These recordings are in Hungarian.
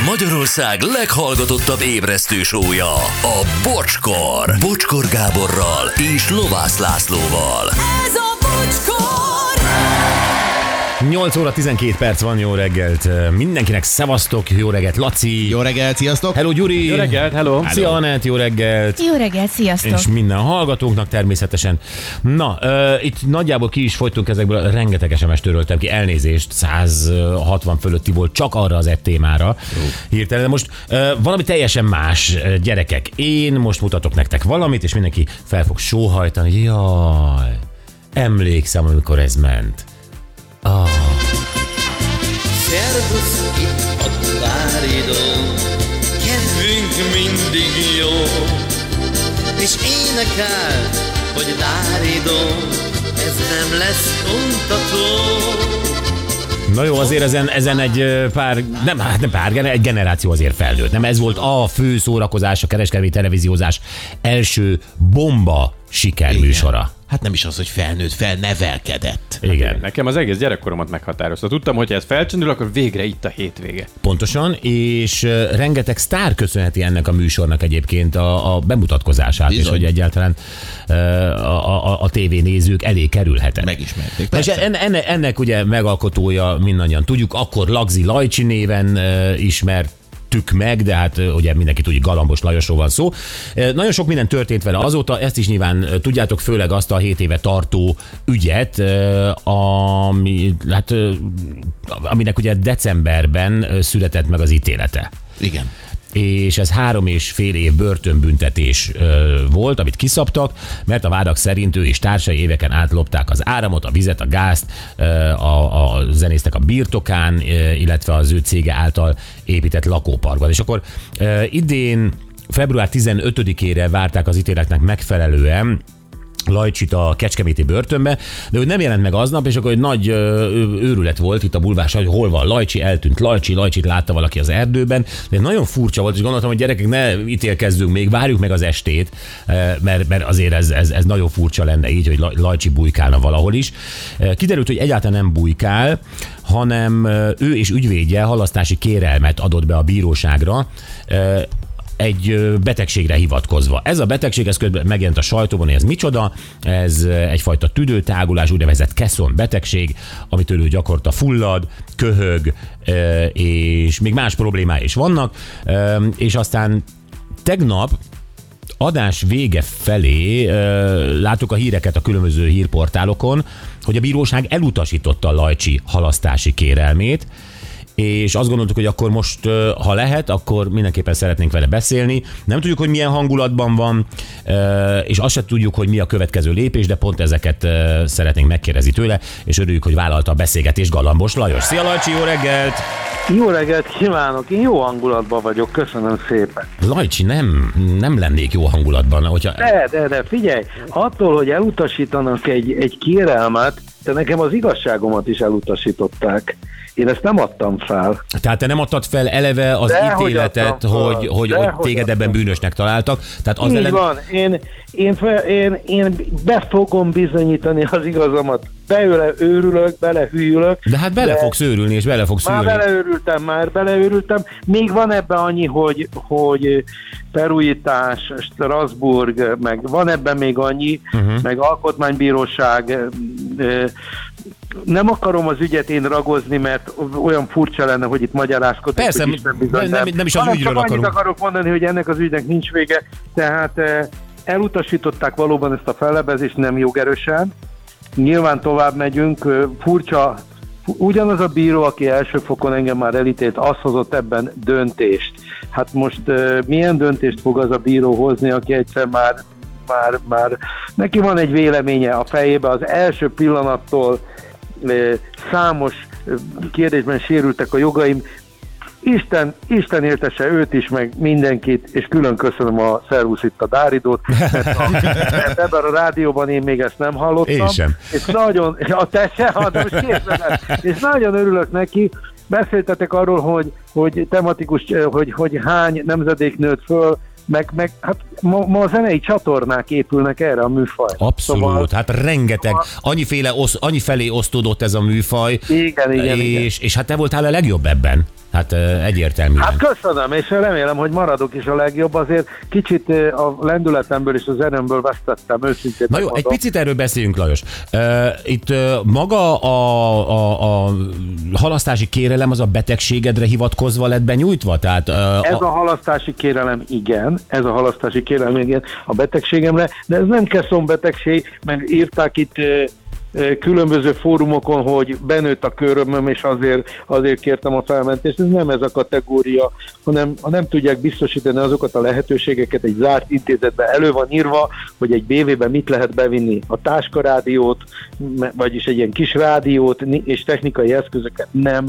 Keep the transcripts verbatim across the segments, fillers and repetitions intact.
Magyarország leghallgatottabb ébresztő show-ja, a Bocskor. Bocskor Gáborral és Lovász Lászlóval. Ez a Bocskor! nyolc óra tizenkét perc van, jó reggelt mindenkinek, szevasztok, jó reggelt Laci. Jó reggelt, sziasztok. Hello Gyuri. Jó reggelt, hello. Szia Anett, jó reggelt. Jó reggelt, sziasztok. És minden hallgatóknak természetesen. Na, uh, itt nagyjából ki is fogytunk ezekből, rengeteg es em es töröltem ki, elnézést, száz hatvan fölötti volt csak arra az egy témára. Uh. Hirtelen, de most uh, valami teljesen más, gyerekek. Én most mutatok nektek valamit, és mindenki fel fog sóhajtani. Jaj, emlékszem, amikor ez ment. Ah. Szervusz, itt a Dáridó, kedvünk mindig jó, és énekel, hogy Dáridó, ez nem lesz untató. Na jó, azért ezen, ezen egy pár, nem, nem pár, egy generáció azért felnőtt. Nem ez volt a fő szórakozás, a kereskedelmi televíziózás első bomba sikerműsora. Hát nem is az, hogy felnőtt, felnevelkedett. Igen. Nekem az egész gyerekkoromat meghatározta. Tudtam, hogy ha ez felcsendül, akkor végre itt a hétvége. Pontosan, és uh, rengeteg sztár köszönheti ennek a műsornak egyébként a, a bemutatkozását, Bizony. És hogy egyáltalán uh, a, a, a tévénézők elé kerülhetett. Megismerték. És enne, ennek ugye megalkotója mindannyian tudjuk, akkor Lagzi Lajcsi néven uh, ismert meg, de hát ugye mindenki tudja, Galambos Lajosról van szó. Nagyon sok minden történt vele azóta, ezt is nyilván tudjátok, főleg azt a hét éve tartó ügyet, ami, hát, aminek ugye decemberben született meg az ítélete. Igen. És ez három és fél év börtönbüntetés ö, volt, amit kiszabtak, mert a vádak szerint ő és társai éveken át lopták az áramot, a vizet, a gázt, ö, a, a zenésznek a birtokán, ö, illetve az ő cége által épített lakóparkban. És akkor ö, idén február tizenötödikére várták az ítéletnek megfelelően Lajcsit a kecskeméti börtönbe, de ő nem jelent meg aznap, és akkor egy nagy ö, őrület volt itt a bulvárson, hogy hol van Lajcsi, eltűnt Lajcsi, Lajcsit látta valaki az erdőben, de nagyon furcsa volt, és gondoltam, hogy gyerekek, ne ítélkezzünk még, várjuk meg az estét, mert, mert azért ez, ez, ez nagyon furcsa lenne így, hogy Lajcsi bujkálna valahol is. Kiderült, hogy egyáltalán nem bujkál, hanem ő és ügyvédje halasztási kérelmet adott be a bíróságra, egy betegségre hivatkozva. Ez a betegség, ez közben megjelent a sajtóban, hogy ez micsoda, ez egyfajta tüdőtágulás, úgynevezett Kesson betegség, amitől ő gyakorta fullad, köhög, és még más problémái is vannak, és aztán tegnap adás vége felé láttuk a híreket a különböző hírportálokon, hogy a bíróság elutasította Lajcsi halasztási kérelmét, és azt gondoltuk, hogy akkor most, ha lehet, akkor mindenképpen szeretnénk vele beszélni. Nem tudjuk, hogy milyen hangulatban van, és azt sem tudjuk, hogy mi a következő lépés, de pont ezeket szeretnénk megkérdezni tőle, és örüljük, hogy vállalta a beszélgetést Galambos Lajos. Szia Lajcsi, jó reggelt! Jó reggelt kívánok, én jó hangulatban vagyok, köszönöm szépen. Lajcsi, nem, nem lennék jó hangulatban, hogyha... De, de, de figyelj, attól, hogy elutasítanak egy, egy kérelmet, de nekem az igazságomat is elutasították. Én ezt nem adtam fel. Tehát te nem adtad fel eleve az de ítéletet, hogy, hogy, hogy, hogy téged ebben bűnösnek találtak? Tehát az Így ellen... van, én, én, fel, én, én be fogom bizonyítani az igazamat. Beőle őrülök, belehűlök. De hát bele de... fogsz őrülni, és bele fogsz már ülni. Már beleőrültem, már beleőrültem. Még van ebben annyi, hogy, hogy perújítás, Strasbourg, meg van ebben még annyi, uh-huh. meg alkotmánybíróság. Nem akarom az ügyet én ragozni, mert olyan furcsa lenne, hogy itt magyarázkodunk. Persze, nem, nem, nem is az ügyről akarunk. Annyit akarok mondani, hogy ennek az ügynek nincs vége, tehát elutasították valóban ezt a fellebezést nem jogerősen. Nyilván tovább megyünk, furcsa, ugyanaz a bíró, aki első fokon engem már elítélt, az hozott ebben döntést. Hát most milyen döntést fog az a bíró hozni, aki egyszer már, már, már neki van egy véleménye a fejébe az első pillanattól, számos kérdésben sérültek a jogaim. Isten, Isten éltesse őt is, meg mindenkit, és külön köszönöm a Szervusz itt a Dáridót, mert, a, mert ebben a rádióban én még ezt nem hallottam. Én sem. És nagyon, a te se, de most képzeled, és nagyon örülök neki. Beszéltetek arról, hogy, hogy tematikus, hogy, hogy hány nemzedék nőtt föl, meg, meg hát ma, ma a zenei csatornák épülnek erre a műfajra. Abszolút, szóval, hát rengeteg, annyiféle osz, annyi felé osztódott ez a műfaj, igen, igen, és, igen. és hát te voltál a legjobb ebben. Hát egyértelműen. Hát köszönöm, és remélem, hogy maradok is a legjobb. Azért kicsit a lendületemből és az erőmből vesztettem, őszintén. Na jó, mondom. egy picit erről beszéljünk, Lajos. Itt maga a, a, a halasztási kérelem az a betegségedre hivatkozva lett benyújtva? Tehát, ez a halasztási kérelem igen, ez a halasztási kérelem igen a betegségemre, de ez nem keszonbetegség, mert írták itt különböző fórumokon, hogy benőtt a körömöm, és azért, azért kértem a felmentést. Ez nem ez a kategória, hanem ha nem tudják biztosítani azokat a lehetőségeket, egy zárt intézetben elő van írva, hogy egy bé vé-ben mit lehet bevinni. A táskarádiót, vagyis egy ilyen kis rádiót, és technikai eszközöket nem.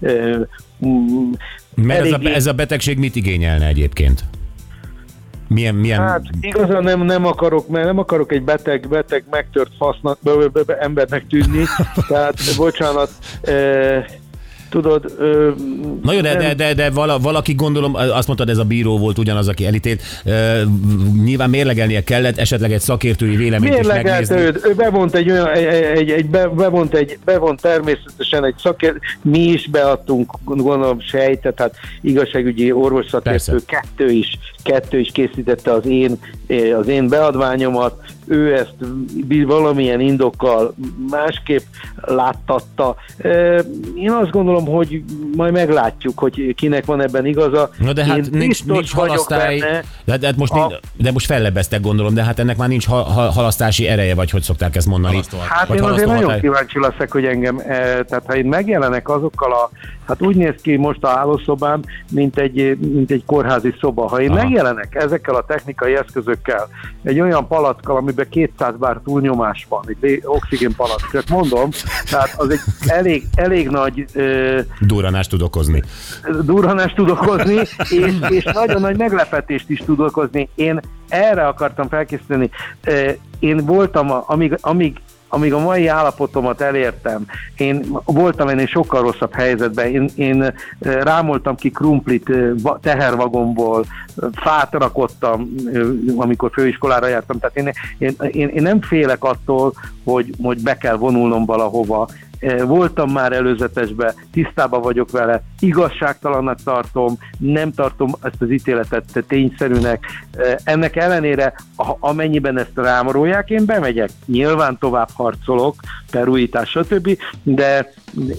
Mert ez a, ez a betegség mit igényelne egyébként? Milyen, milyen... Hát igazán nem, nem akarok, mert nem akarok egy beteg, beteg megtört fasznak, embernek tűnni, tehát bocsánat, e, tudod... Ö, Na jó, de, de, de, de vala, valaki gondolom, azt mondtad, ez a bíró volt ugyanaz, aki elítélt, e, nyilván mérlegelnie kellett, esetleg egy szakértői véleményt is megnézni. Ő, ő bevont egy olyan, egy, egy, egy, bevont, egy, bevont természetesen egy szakértő, mi is beadtunk, gondolom sejtet, hát igazságügyi orvosszakértő, kettő is, kettő is készítette az én, az én beadványomat, ő ezt valamilyen indokkal másképp láttatta. Én azt gondolom, hogy majd meglátjuk, hogy kinek van ebben igaza. Na de hát nincs, nincs halasztály, de, de, most a... de most fellebeztek gondolom, de hát ennek már nincs ha, ha, halasztási ereje, vagy hogy szokták ezt mondani. Hát vagy én azért hatály... nagyon kíváncsi leszek, hogy engem, tehát ha én megjelenek azokkal a, hát úgy néz ki most a hálószobám, mint egy, mint egy kórházi szoba. Ha én Aha. megjelenek ezekkel a technikai eszközökkel, egy olyan palackkal, amiben kétszáz bár túlnyomás van, egy oxigén palack, csak mondom, tehát az egy elég, elég nagy... Uh, durranást tud okozni. Durranást tud okozni, és, és nagyon nagy meglepetést is tud okozni. Én erre akartam felkészíteni. Uh, én voltam, a, amíg, amíg amíg a mai állapotomat elértem, én voltam ennél sokkal rosszabb helyzetben, én, én rámoltam ki krumplit tehervagomból, fát rakottam, amikor főiskolára jártam, tehát én, én, én, én nem félek attól, hogy, hogy be kell vonulnom valahova. Voltam már előzetesben, tisztában vagyok vele, igazságtalannak tartom, nem tartom ezt az ítéletet tényszerűnek. Ennek ellenére, amennyiben ezt rámorolják, én bemegyek. Nyilván tovább harcolok, perújítás, stb., de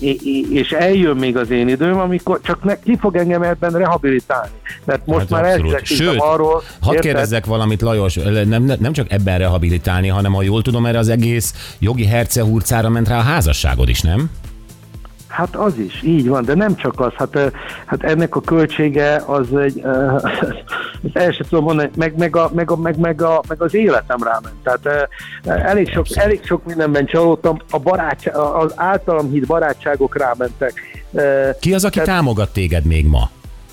és eljön még az én időm, amikor csak ne, ki fog engem ebben rehabilitálni. Mert most hát már elkezdtem arról... Hadd érted? Kérdezzek valamit, Lajos, nem, nem csak ebben rehabilitálni, hanem ha jól tudom, erre az egész jogi hercehurcára ment rá a házasságod is, nem? Hát az is, így van, de nem csak az, hát, hát ennek a költsége az egy, el sem tudom mondani, meg, meg, a, meg, a, meg, meg, a, meg az életem ráment. Tehát elég sok, elég sok mindenben csalódtam, a barátság, az általam hitt barátságok rámentek. Ki az, aki Tehát, támogat téged még ma?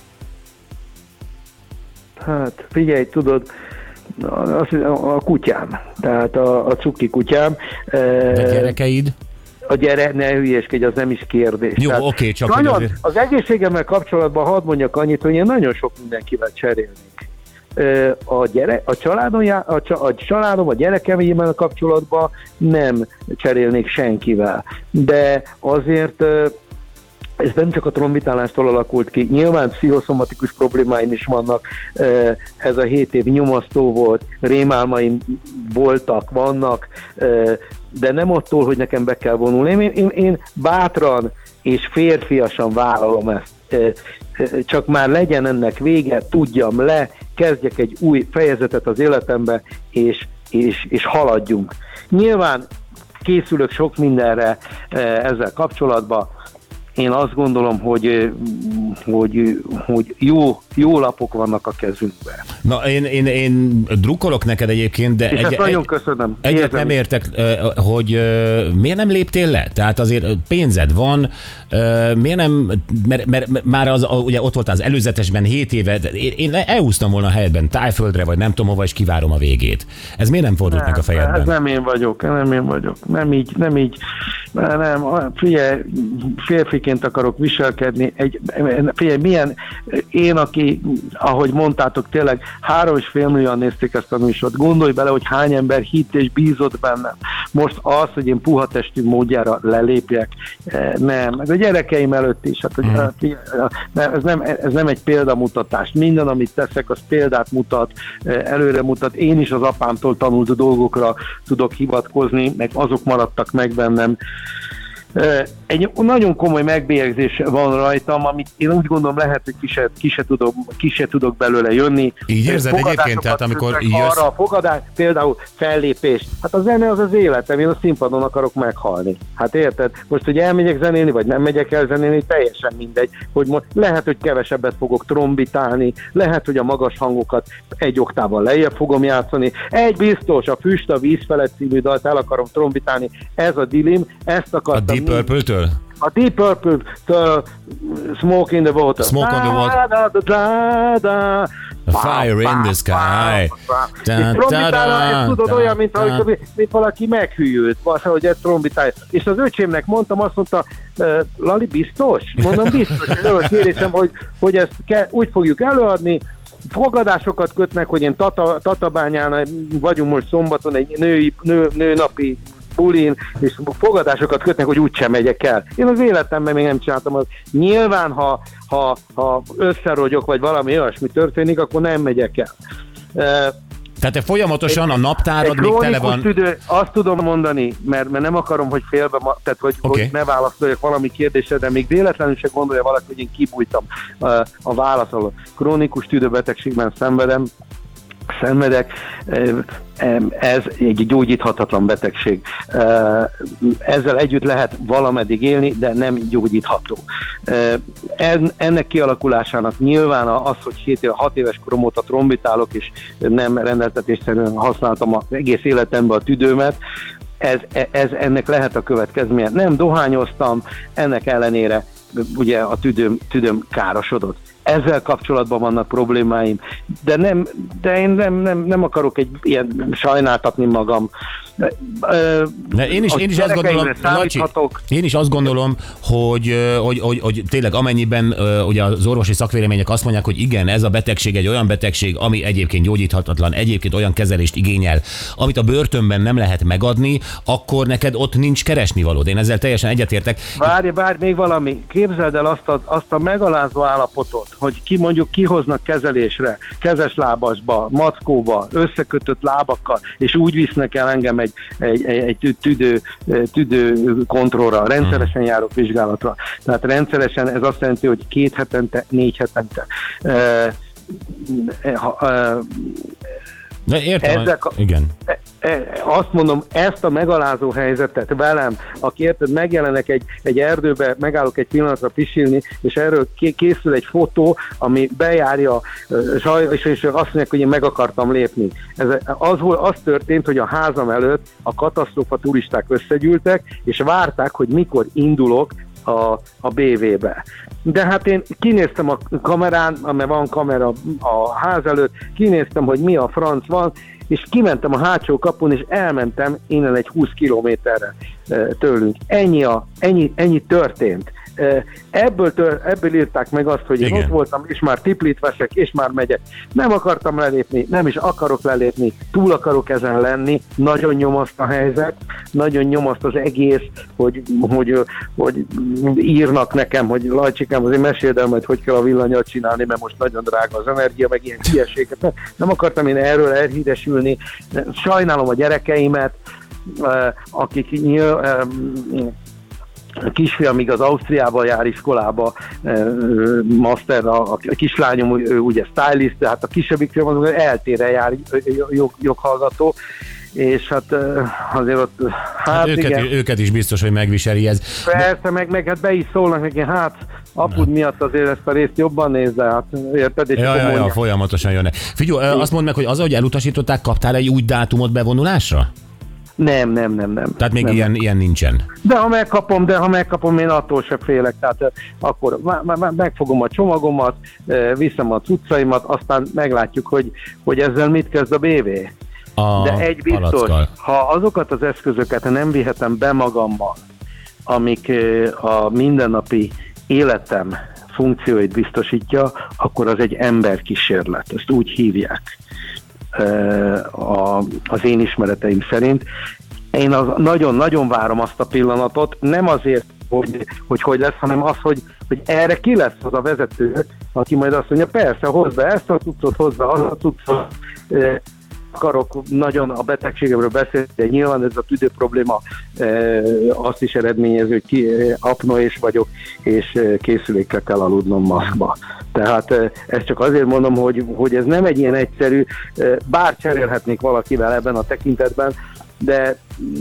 Hát figyelj, tudod, a, a kutyám, tehát a, a cuki kutyám. De gyerekeid? A gyere, ne hülyéskedj, az nem is kérdés. Jó, oké, okay, csak... Nagyon, azért... Az egészségemmel kapcsolatban hadd mondjak annyit, hogy én nagyon sok mindenkivel cserélnék. A, gyere, a, családon, a, a családom, a gyerekemmel kapcsolatban nem cserélnék senkivel. De azért ez nem csak a trombitálástól alakult ki, nyilván pszichoszomatikus problémáim is vannak, ez a hét év nyomasztó volt, rémálmaim voltak, vannak, de nem attól, hogy nekem be kell vonulni. Én, én, én bátran és férfiasan vállalom ezt. Csak már legyen ennek vége, tudjam le, kezdjek egy új fejezetet az életembe, és, és, és haladjunk. Nyilván készülök sok mindenre ezzel kapcsolatban. Én azt gondolom, hogy, hogy, hogy jó, jó lapok vannak a kezünkben. Na, én, én, én drukkolok neked egyébként, de egy, egy, nagyon köszönöm. Egyet Értem. nem értek, hogy miért nem léptél le? Tehát azért pénzed van, miért nem, mert, mert már az, ugye ott volt az előzetesben hét éve, én elhúztam volna a helyedben Tájföldre, vagy nem tudom hova, és kivárom a végét. Ez miért nem fordult nem, meg a fejedben? Ez nem én vagyok, nem én vagyok. Nem így, nem így. Nem, figyelj, férfiként akarok viselkedni. Egy, figyelj, milyen, én, aki aki, ahogy mondtátok, tényleg három és fél millióan nézték ezt a műsort. Gondolj bele, hogy hány ember hitt és bízott bennem. Most az, hogy én puha testű módjára lelépjek, nem. Meg a gyerekeim előtt is. Hát, hogy, mm. ez, nem, ez nem egy példamutatás. Minden, amit teszek, az példát mutat, előre mutat. Én is az apámtól tanult dolgokra tudok hivatkozni, meg azok maradtak meg bennem. Egy nagyon komoly megbélyegzés van rajtam, amit én úgy gondolom lehet, hogy ki se, ki se, tudok, ki se tudok belőle jönni. Így érzed egyébként, tehát amikor jössz... Arra a fogadás, például fellépés. Hát a zene az az életem, én a színpadon akarok meghalni. Hát érted? Most, hogy elmegyek zenélni, vagy nem megyek el zenélni, teljesen mindegy. Hogy most lehet, hogy kevesebbet fogok trombitálni, lehet, hogy a magas hangokat egy oktával lejjebb fogom játszani. Egy biztos, a Füst a víz felett című dalt el akarom trombitálni. Ez a dilim, ezt akartam... Deep Purple-től? A Deep Purple, Smoke in the Water. Smoke on the Water. Da, da, da, da. Fire in the sky. És trombitálna, ezt tudod olyan, mint, ahogy, mint valaki meghűült, hogy ezt trombitálja. És az öcsémnek mondtam, azt mondta, Lali, biztos? Mondom, biztos. És kérésem, hogy, hogy ezt ke, úgy fogjuk előadni, fogadásokat kötnek, hogy én Tata, Tatabányán vagyunk most szombaton egy női, nő, nőnapi bulin, és fogadásokat kötnek, hogy úgysem megyek el. Én az életemben még nem csináltam az. Nyilván, ha, ha, ha összerogyok, vagy valami olyasmi történik, akkor nem megyek el. Tehát te folyamatosan a naptárad még tele van... Tüdő, azt tudom mondani, mert, mert nem akarom, hogy félbe, tehát hogy, okay. hogy ne válaszoljak valami kérdésre, de még véletlenül se gondolja valaki, hogy én kibújtam a, a válasz alól. Krónikus tüdőbetegségben szenvedem, szenvedek, ez egy gyógyíthatatlan betegség. Ezzel együtt lehet valameddig élni, de nem gyógyítható. Ennek kialakulásának nyilván az, hogy hét éve, hat éves korom óta trombitálok, és nem rendeltetésszerűen használtam az egész életemben a tüdőmet, ez, ez ennek lehet a következménye. Nem dohányoztam, ennek ellenére ugye a tüdőm, tüdőm károsodott. Ezzel kapcsolatban vannak problémáim, de, nem, de én nem, nem, nem akarok egy ilyen sajnáltatni magam. De én is, én is azt gondolom, Lacsi, én is azt gondolom, hogy, hogy, hogy, hogy tényleg amennyiben ugye az orvosi szakvélemények azt mondják, hogy igen, ez a betegség egy olyan betegség, ami egyébként gyógyíthatatlan, egyébként olyan kezelést igényel, amit a börtönben nem lehet megadni, akkor neked ott nincs keresnivalód. Én ezzel teljesen egyetértek. Várj, várj, még valami. Képzeld el azt a, azt a megalázó állapotot, hogy ki mondjuk kihoznak kezelésre, kezeslábasba, mackóba, összekötött lábakkal, és úgy visznek el engem egy, egy, egy tüdő, tüdő kontrollra, rendszeresen járok vizsgálatra. Tehát rendszeresen ez azt jelenti, hogy két hetente, négy hetente. E, e, e, De értem, ezzel, igen. Azt mondom, ezt a megalázó helyzetet velem, aki érted, megjelenek egy, egy erdőbe, megállok egy pillanatra pisilni, és erről készül egy fotó, ami bejárja, és, és azt mondják, hogy én meg akartam lépni. Ez, az, az történt, hogy a házam előtt a katasztrófa turisták összegyűltek, és várták, hogy mikor indulok a, a bé vé-be. De hát én kinéztem a kamerán, mert van kamera a ház előtt, kinéztem, hogy mi a franc van, és kimentem a hátsó kapun, és elmentem innen egy húsz kilométerre tőlünk. Ennyi, a, ennyi, ennyi történt. Ebből, tör, ebből írták meg azt, hogy én Igen. ott voltam, és már tiplit veszek, és már megyek. Nem akartam lelépni, nem is akarok lelépni, túl akarok ezen lenni, nagyon nyomaszt a helyzet, nagyon nyomaszt az egész, hogy, hogy, hogy írnak nekem, hogy Lajcsikám, azért meséld el majd, hogy kell a villanyat csinálni, mert most nagyon drága az energia, meg ilyen hülyeséget. Nem akartam én erről elhíresülni, sajnálom a gyerekeimet, akik nyilván a kisfiam igaz Ausztriában jár iskolába, master, a kislányom ő ugye stylist, tehát a kisebbik fiam az eltére jár jog, joghallgató, és hát azért ott, hát, hát őket, igen. őket is biztos, hogy megviseli ez. Persze, meg, meg hát be is szólnak neki, hát apud miatt azért ezt a részt jobban nézze, hát érted? És ja, ja, ja, folyamatosan jönnek. Figyelj, azt mondd meg, hogy az, hogy elutasították, kaptál egy úgy dátumot bevonulásra? Nem, nem, nem, nem. Tehát még nem, ilyen, nem. ilyen nincsen. De ha megkapom, de ha megkapom, én attól sem félek. Tehát akkor megfogom a csomagomat, viszem a cuccaimat, aztán meglátjuk, hogy, hogy ezzel mit kezd a bé vé. A de egy biztos, palackkal. Ha azokat az eszközöket nem vihetem be magammal, amik a mindennapi életem funkcióit biztosítja, akkor az egy emberkísérlet. Ezt úgy hívják a, az én ismereteim szerint. Én az, nagyon-nagyon várom azt a pillanatot, nem azért, hogy hogy, hogy lesz, hanem az, hogy, hogy erre ki lesz az a vezető, aki majd azt mondja, persze, hozd be ezt a cuccot, hozd be azt a cuccot, akarok nagyon a betegségemről beszélni, de nyilván ez a tüdő probléma azt is eredményező, hogy ki, apnoés vagyok, és készülékkel kell aludnom maszkba. Tehát ezt csak azért mondom, hogy, hogy ez nem egy ilyen egyszerű, bár cserélhetnék valakivel ebben a tekintetben, de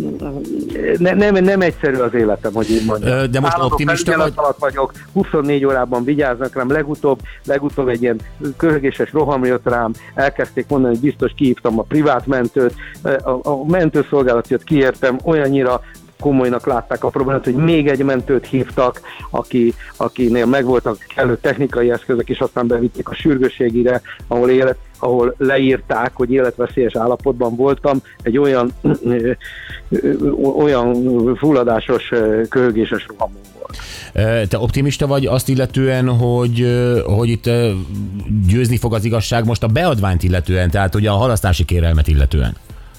ne, nem, nem egyszerű az életem, hogy így mondjam. De most optimista vagy? Alatt vagyok, huszonnégy órában vigyáznak rám, legutóbb, legutóbb egy ilyen köhögéses roham jött rám, elkezdték mondani, hogy biztos kihívtam a privát mentőt, a, a mentőszolgálatot kiértem, olyannyira komolynak látták a problémát, hogy még egy mentőt hívtak, aki, akinél megvoltak kellő technikai eszközök, és aztán bevitték a sürgősségire, ahol, élet, ahol leírták, hogy életveszélyes állapotban voltam, egy olyan, ö, ö, olyan fulladásos, köhögéses rohamon volt. Te optimista vagy azt illetően, hogy, hogy itt győzni fog az igazság most a beadványt illetően, tehát ugye a halasztási kérelmet illetően?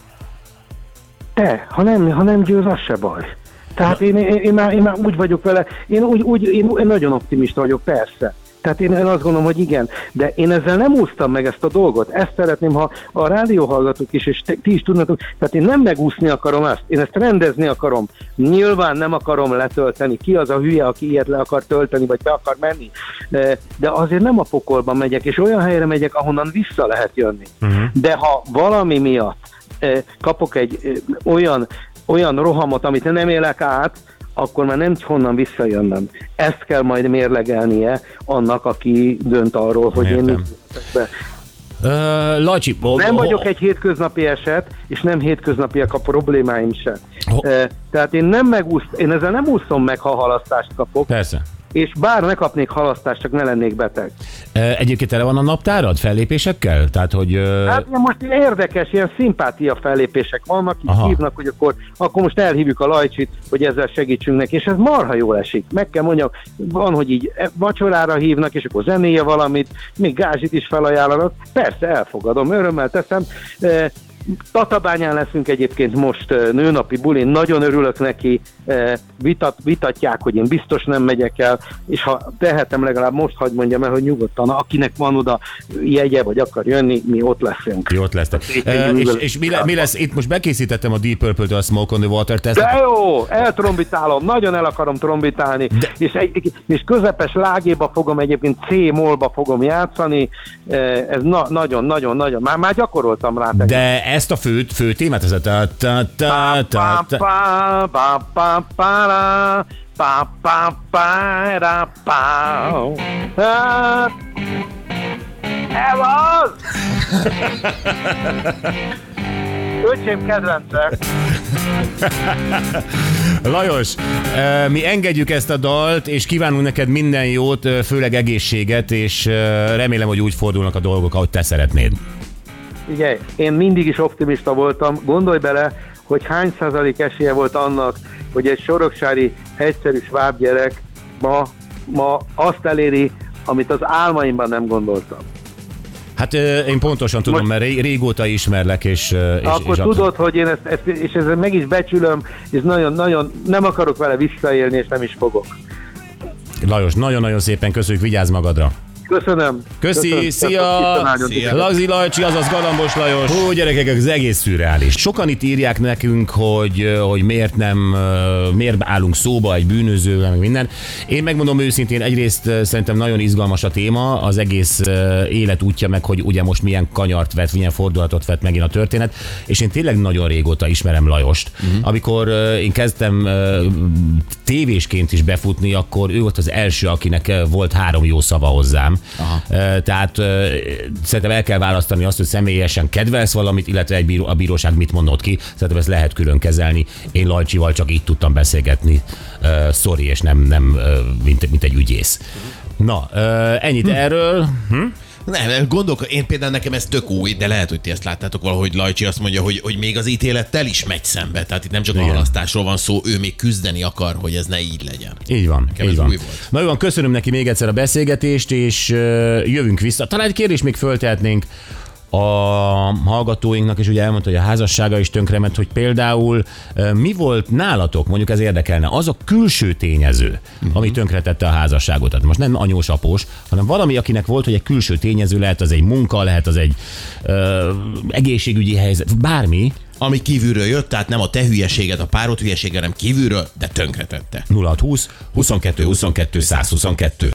De, ha nem, ha nem győz, az se baj. Tehát én, én, én, már, én már úgy vagyok vele, én, úgy, úgy, én, én nagyon optimista vagyok, persze. Tehát én, én azt gondolom, hogy igen, de én ezzel nem úsztam meg ezt a dolgot. Ezt szeretném, ha a rádióhallgatók is, és te, ti is tudnátok, tehát én nem megúszni akarom ezt, én ezt rendezni akarom. Nyilván nem akarom letölteni. Ki az a hülye, aki ilyet le akar tölteni, vagy be akar menni? De, de azért nem a pokolban megyek, és olyan helyre megyek, ahonnan vissza lehet jönni. Uh-huh. De ha valami miatt kapok egy olyan, olyan rohamot, amit nem élek át, akkor már nem honnan visszajönnöm. Ezt kell majd mérlegelnie annak, aki dönt arról, hogy Értem. én be. Uh, Lajcsi, oh, nem oh, vagyok egy hétköznapi eset, és nem hétköznapiak a problémáim sem. Oh. Uh, tehát én nem megúsz, én ezzel nem úszom meg, ha halasztást kapok. Persze. És bár ne kapnék halasztást, csak ne lennék beteg. Egyébként tele van a naptárad fellépésekkel? Tehát, hogy... Hát ilyen most érdekes, ilyen szimpátia fellépések vannak, így Aha. hívnak, hogy akkor, akkor most elhívjuk a Lajcsit, hogy ezzel segítsünk neki, és ez marha jól esik. Meg kell mondjam, van, hogy így vacsorára hívnak, és akkor zenéje valamit, még gázsit is felajánlanak. Persze, elfogadom, örömmel teszem. Tatabányán leszünk egyébként most nőnapi bulin, nagyon örülök neki, vitat, vitatják, hogy én biztos nem megyek el, és ha tehetem, legalább most hagyd mondjam el, hogy nyugodtan, akinek van oda jegye, vagy akar jönni, mi ott leszünk. Jó, ott lesztek. E, és és mi, le, mi lesz? Itt most bekészítettem a Deep Purple-től a Smoke on the Water tesztet. De jó, eltrombitálom, nagyon el akarom trombitálni, De... és, egy, és közepes lágéba fogom egyébként C-molba fogom játszani, ez nagyon-nagyon-nagyon, már, már gyakoroltam rá. De ezt a fő, fő témát, ez a ta ta ta ta ta pa pa pa pa pa pa pa pa. Ez az! Öcsém kedvence. Lajos, mi engedjük ezt a dalt, és kívánunk neked minden jót, főleg egészséget, és remélem, hogy úgy fordulnak a dolgok, ahogy te szeretnéd. Igen, én mindig is optimista voltam. Gondolj bele, hogy hány százalék esélye volt annak, hogy egy soroksári, egyszerű sváb gyerek ma, ma azt eléri, amit az álmaimban nem gondoltam. Hát én pontosan tudom, Most, mert régóta ismerlek, és... és akkor és tudod, abszolút... hogy én ezt, ezt, és ezzel meg is becsülöm, és nagyon-nagyon nem akarok vele visszaélni, és nem is fogok. Lajos, nagyon-nagyon szépen köszönjük, vigyázz magadra! Köszönöm. Köszi, Köszönöm. szia! Szia. Lagzi Lajcsi, azaz Galambos Lajos. Hú, gyerekek, ez egész szürreális. Sokan itt írják nekünk, hogy, hogy miért nem, miért állunk szóba egy bűnözővel, meg minden. Én megmondom őszintén, egyrészt szerintem nagyon izgalmas a téma, az egész élet útja meg, hogy ugye most milyen kanyart vett, milyen fordulatot vett megint a történet, és én tényleg nagyon régóta ismerem Lajost. Uh-huh. Amikor én kezdtem tévésként is befutni, akkor ő volt az első, akinek volt három jó szava hozzám. Aha. Tehát szerintem el kell választani azt, hogy személyesen kedvelsz valamit, illetve egy bíró, a bíróság mit mondott ki. Szerintem ezt lehet külön kezelni. Én Lajcsival csak így tudtam beszélgetni. Uh, sorry, és nem, nem uh, mint, mint egy ügyész. Na, uh, ennyit hm. erről. Hm? Nem, gondolok, én például nekem ez tök új, de lehet, hogy ti ezt láttátok valahogy. Lajcsi azt mondja, hogy, hogy még az ítélettel is megy szembe. Tehát itt nem csak Igen. a halasztásról van szó, ő még küzdeni akar, hogy ez ne így legyen. Így van, Nekem így van. Új volt. Na jó van, köszönöm neki még egyszer a beszélgetést, és uh, jövünk vissza. Talán egy kérdést még föltehetnénk a hallgatóinknak, és ugye elmondta, hogy a házassága is tönkrement, hogy például mi volt nálatok, mondjuk ez érdekelne, az a külső tényező, uh-huh. ami tönkretette a házasságot. Tehát most nem anyós, após, hanem valami, akinek volt, hogy egy külső tényező, lehet az egy munka, lehet az egy ö, egészségügyi helyzet, bármi. Ami kívülről jött, tehát nem a te hülyeséged, a párod hülyesége, hanem kívülről, de tönkretette. nulla hat húsz huszonkettő huszonkettő száz huszonkettő